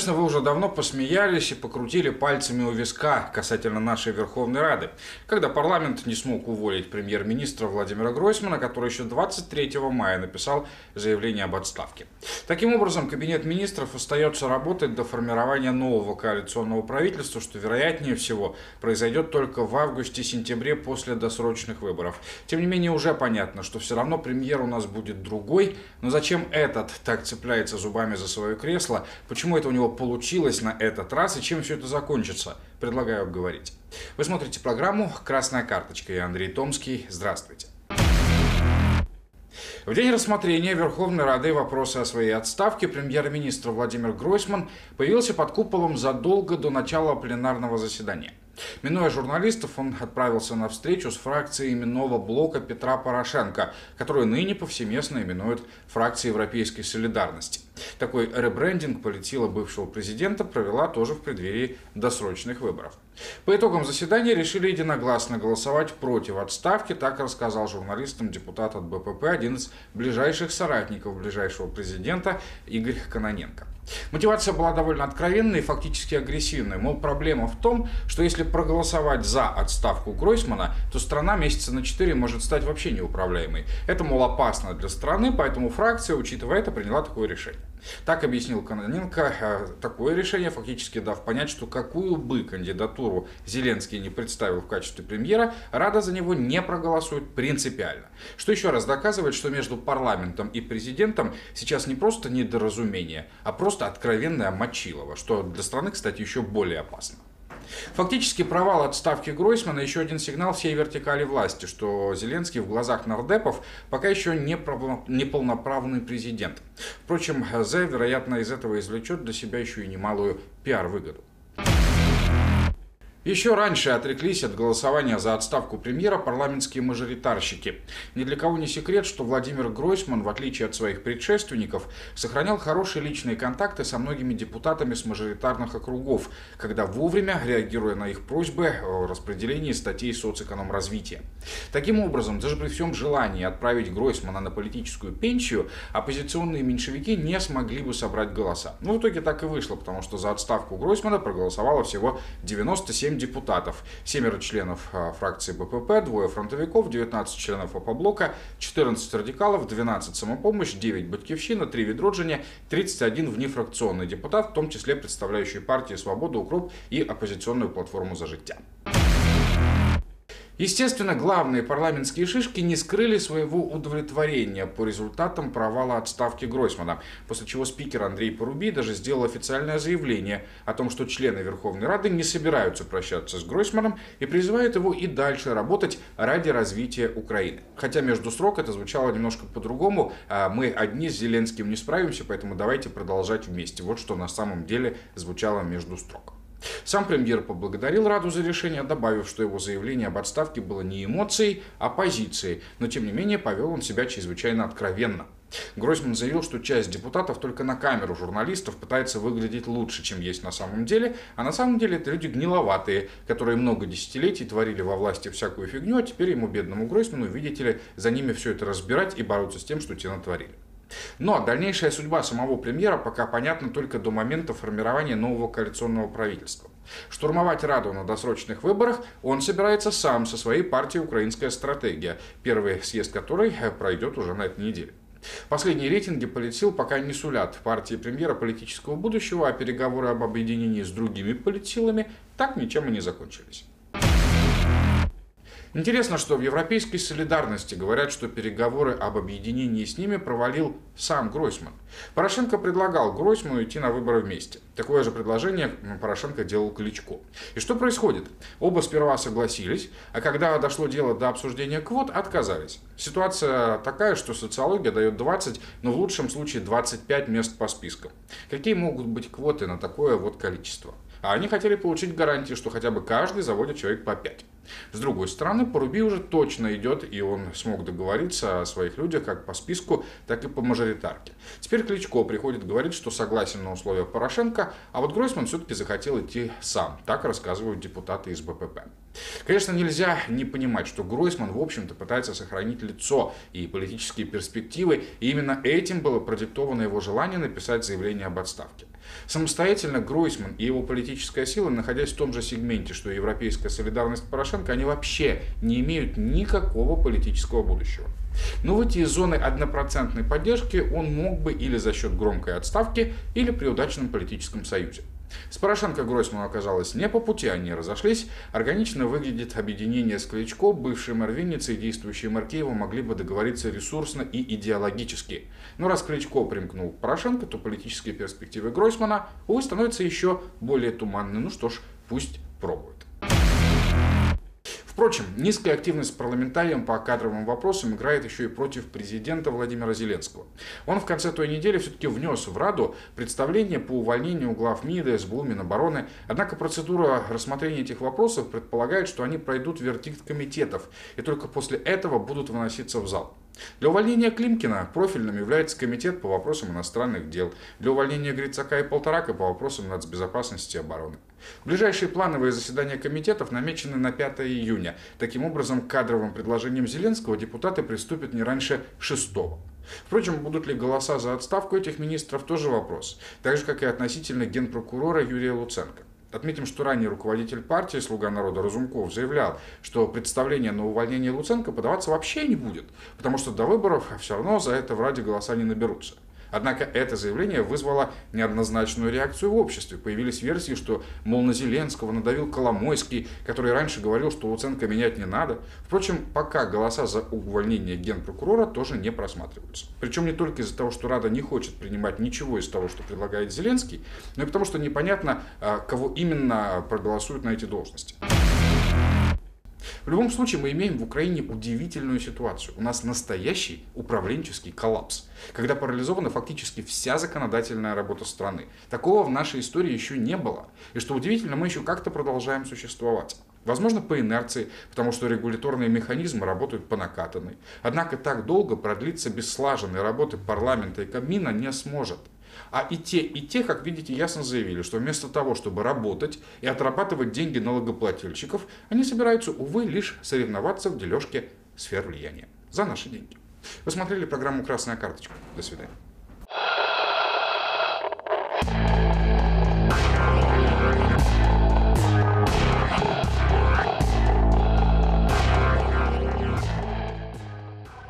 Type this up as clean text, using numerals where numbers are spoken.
Конечно, вы уже давно посмеялись и покрутили пальцами у виска касательно нашей Верховной Рады, когда парламент не смог уволить премьер-министра Владимира Гройсмана, который еще 23 мая написал заявление об отставке. Таким образом, Кабинет министров остается работать до формирования нового коалиционного правительства, что, вероятнее всего, произойдет только в августе-сентябре после досрочных выборов. Тем не менее, уже понятно, что все равно премьер у нас будет другой, но зачем этот так цепляется зубами за свое кресло, почему это у него получилось на этот раз и чем все это закончится, предлагаю обговорить. Вы смотрите программу «Красная карточка». Я Андрей Томский. Здравствуйте. В день рассмотрения Верховной Рады вопроса о своей отставке премьер-министр Владимир Гройсман появился под куполом задолго до начала пленарного заседания. Минуя журналистов, он отправился на встречу с фракцией именного блока Петра Порошенко, которую ныне повсеместно именуют фракцией Европейской солидарности. Такой ребрендинг политсила бывшего президента провела тоже в преддверии досрочных выборов. По итогам заседания решили единогласно голосовать против отставки, так рассказал журналистам депутат от БПП, один из ближайших соратников ближайшего президента Игорь Кононенко. Мотивация была довольно откровенной и фактически агрессивной. Мол, проблема в том, что если проголосовать за отставку Гройсмана, то страна месяца на 4 может стать вообще неуправляемой. Это, мол, опасно для страны, поэтому фракция, учитывая это, приняла такое решение. Так объяснил Кононенко такое решение, фактически дав понять, что какую бы кандидатуру Зеленский не представил в качестве премьера, Рада за него не проголосует принципиально. Что еще раз доказывает, что между парламентом и президентом сейчас не просто недоразумение, а просто откровенное мочилово, что для страны, кстати, еще более опасно. Фактически провал отставки Гройсмана еще один сигнал всей вертикали власти, что Зеленский в глазах нардепов пока еще не полноправный президент. Впрочем, Зе, вероятно, из этого извлечет для себя еще и немалую пиар-выгоду. Еще раньше отреклись от голосования за отставку премьера парламентские мажоритарщики. Ни для кого не секрет, что Владимир Гройсман, в отличие от своих предшественников, сохранял хорошие личные контакты со многими депутатами с мажоритарных округов, когда вовремя, реагируя на их просьбы о распределении статей соцэкономразвития. Таким образом, даже при всем желании отправить Гройсмана на политическую пенсию, оппозиционные меньшевики не смогли бы собрать голоса. Но в итоге так и вышло, потому что за отставку Гройсмана проголосовало всего 97 депутатов, 7 членов фракции БПП, 2 фронтовиков, 19 членов Опоблока, 14 радикалов, 12 самопомощь, 9 Батькивщина, 3 Відродження, 31 внефракционный депутат, в том числе представляющий партии «Свобода», «Укроп» и оппозиционную платформу «За життя». Естественно, главные парламентские шишки не скрыли своего удовлетворения по результатам провала отставки Гройсмана, после чего спикер Андрей Парубий даже сделал официальное заявление о том, что члены Верховной Рады не собираются прощаться с Гройсманом и призывают его и дальше работать ради развития Украины. Хотя между строк это звучало немножко по-другому, мы одни с Зеленским не справимся, поэтому давайте продолжать вместе. Вот что на самом деле звучало между строк. Сам премьер поблагодарил Раду за решение, добавив, что его заявление об отставке было не эмоцией, а позицией, но тем не менее повел он себя чрезвычайно откровенно. Гройсман заявил, что часть депутатов только на камеру журналистов пытается выглядеть лучше, чем есть на самом деле, а на самом деле это люди гниловатые, которые много десятилетий творили во власти всякую фигню, а теперь ему, бедному Гройсману, видите ли, за ними все это разбирать и бороться с тем, что те натворили. Но дальнейшая судьба самого премьера пока понятна только до момента формирования нового коалиционного правительства. Штурмовать Раду на досрочных выборах он собирается сам со своей партией «Украинская стратегия», первый съезд которой пройдет уже на этой неделе. Последние рейтинги политсил пока не сулят партии премьера политического будущего, а переговоры об объединении с другими политсилами так ничем и не закончились. Интересно, что в Европейской солидарности говорят, что переговоры об объединении с ними провалил сам Гройсман. Порошенко предлагал Гройсману идти на выборы вместе. Такое же предложение Порошенко делал Кличко. И что происходит? Оба сперва согласились, а когда дошло дело до обсуждения квот, отказались. Ситуация такая, что социология дает 20, но в лучшем случае 25 мест по спискам. Какие могут быть квоты на такое вот количество? А они хотели получить гарантии, что хотя бы каждый заводит человек по 5. С другой стороны, Парубий уже точно идет, и он смог договориться о своих людях как по списку, так и по мажоритарке. Теперь Кличко приходит говорить, что согласен на условия Порошенко, а вот Гройсман все-таки захотел идти сам. Так рассказывают депутаты из БПП. Конечно, нельзя не понимать, что Гройсман, в общем-то, пытается сохранить лицо и политические перспективы, и именно этим было продиктовано его желание написать заявление об отставке. Самостоятельно Гройсман и его политическая сила, находясь в том же сегменте, что и европейская солидарность Порошенко, они вообще не имеют никакого политического будущего. Но выйти из зоны однопроцентной поддержки он мог бы или за счет громкой отставки, или при удачном политическом союзе. С Порошенко Гройсману оказалось не по пути, они разошлись. Органично выглядит объединение с Кличко, бывший мэр Винницы и действующий мэр Киева могли бы договориться ресурсно и идеологически. Но раз Кличко примкнул к Порошенко, то политические перспективы Гройсмана, увы, становятся еще более туманны. Ну что ж, пусть пробуют. Впрочем, низкая активность парламентариям по кадровым вопросам играет еще и против президента Владимира Зеленского. Он в конце той недели все-таки внес в Раду представление по увольнению глав МИДа, СБУ, Минобороны. Однако процедура рассмотрения этих вопросов предполагает, что они пройдут вердикт комитетов и только после этого будут выноситься в зал. Для увольнения Климкина профильным является комитет по вопросам иностранных дел, для увольнения Грицака и Полторака по вопросам нацбезопасности и обороны. Ближайшие плановые заседания комитетов намечены на 5 июня. Таким образом, к кадровым предложениям Зеленского депутаты приступят не раньше 6. Впрочем, будут ли голоса за отставку этих министров, тоже вопрос. Так же, как и относительно генпрокурора Юрия Луценко. Отметим, что ранее руководитель партии «Слуга народа» Разумков заявлял, что представление на увольнение Луценко подаваться вообще не будет, потому что до выборов все равно за это в Раде голоса не наберутся. Однако это заявление вызвало неоднозначную реакцию в обществе. Появились версии, что, мол, на Зеленского надавил Коломойский, который раньше говорил, что Луценко менять не надо. Впрочем, пока голоса за увольнение генпрокурора тоже не просматриваются. Причем не только из-за того, что Рада не хочет принимать ничего из того, что предлагает Зеленский, но и потому, что непонятно, кого именно проголосуют на эти должности. В любом случае, мы имеем в Украине удивительную ситуацию. У нас настоящий управленческий коллапс, когда парализована фактически вся законодательная работа страны. Такого в нашей истории еще не было. И что удивительно, мы еще как-то продолжаем существовать. Возможно, по инерции, потому что регуляторные механизмы работают по накатанной. Однако так долго продлиться без слаженной работы парламента и Кабмина не сможет. А и те, как видите, ясно заявили, что вместо того, чтобы работать и отрабатывать деньги налогоплательщиков, они собираются, увы, лишь соревноваться в дележке сфер влияния за наши деньги. Вы смотрели программу «Красная карточка». До свидания.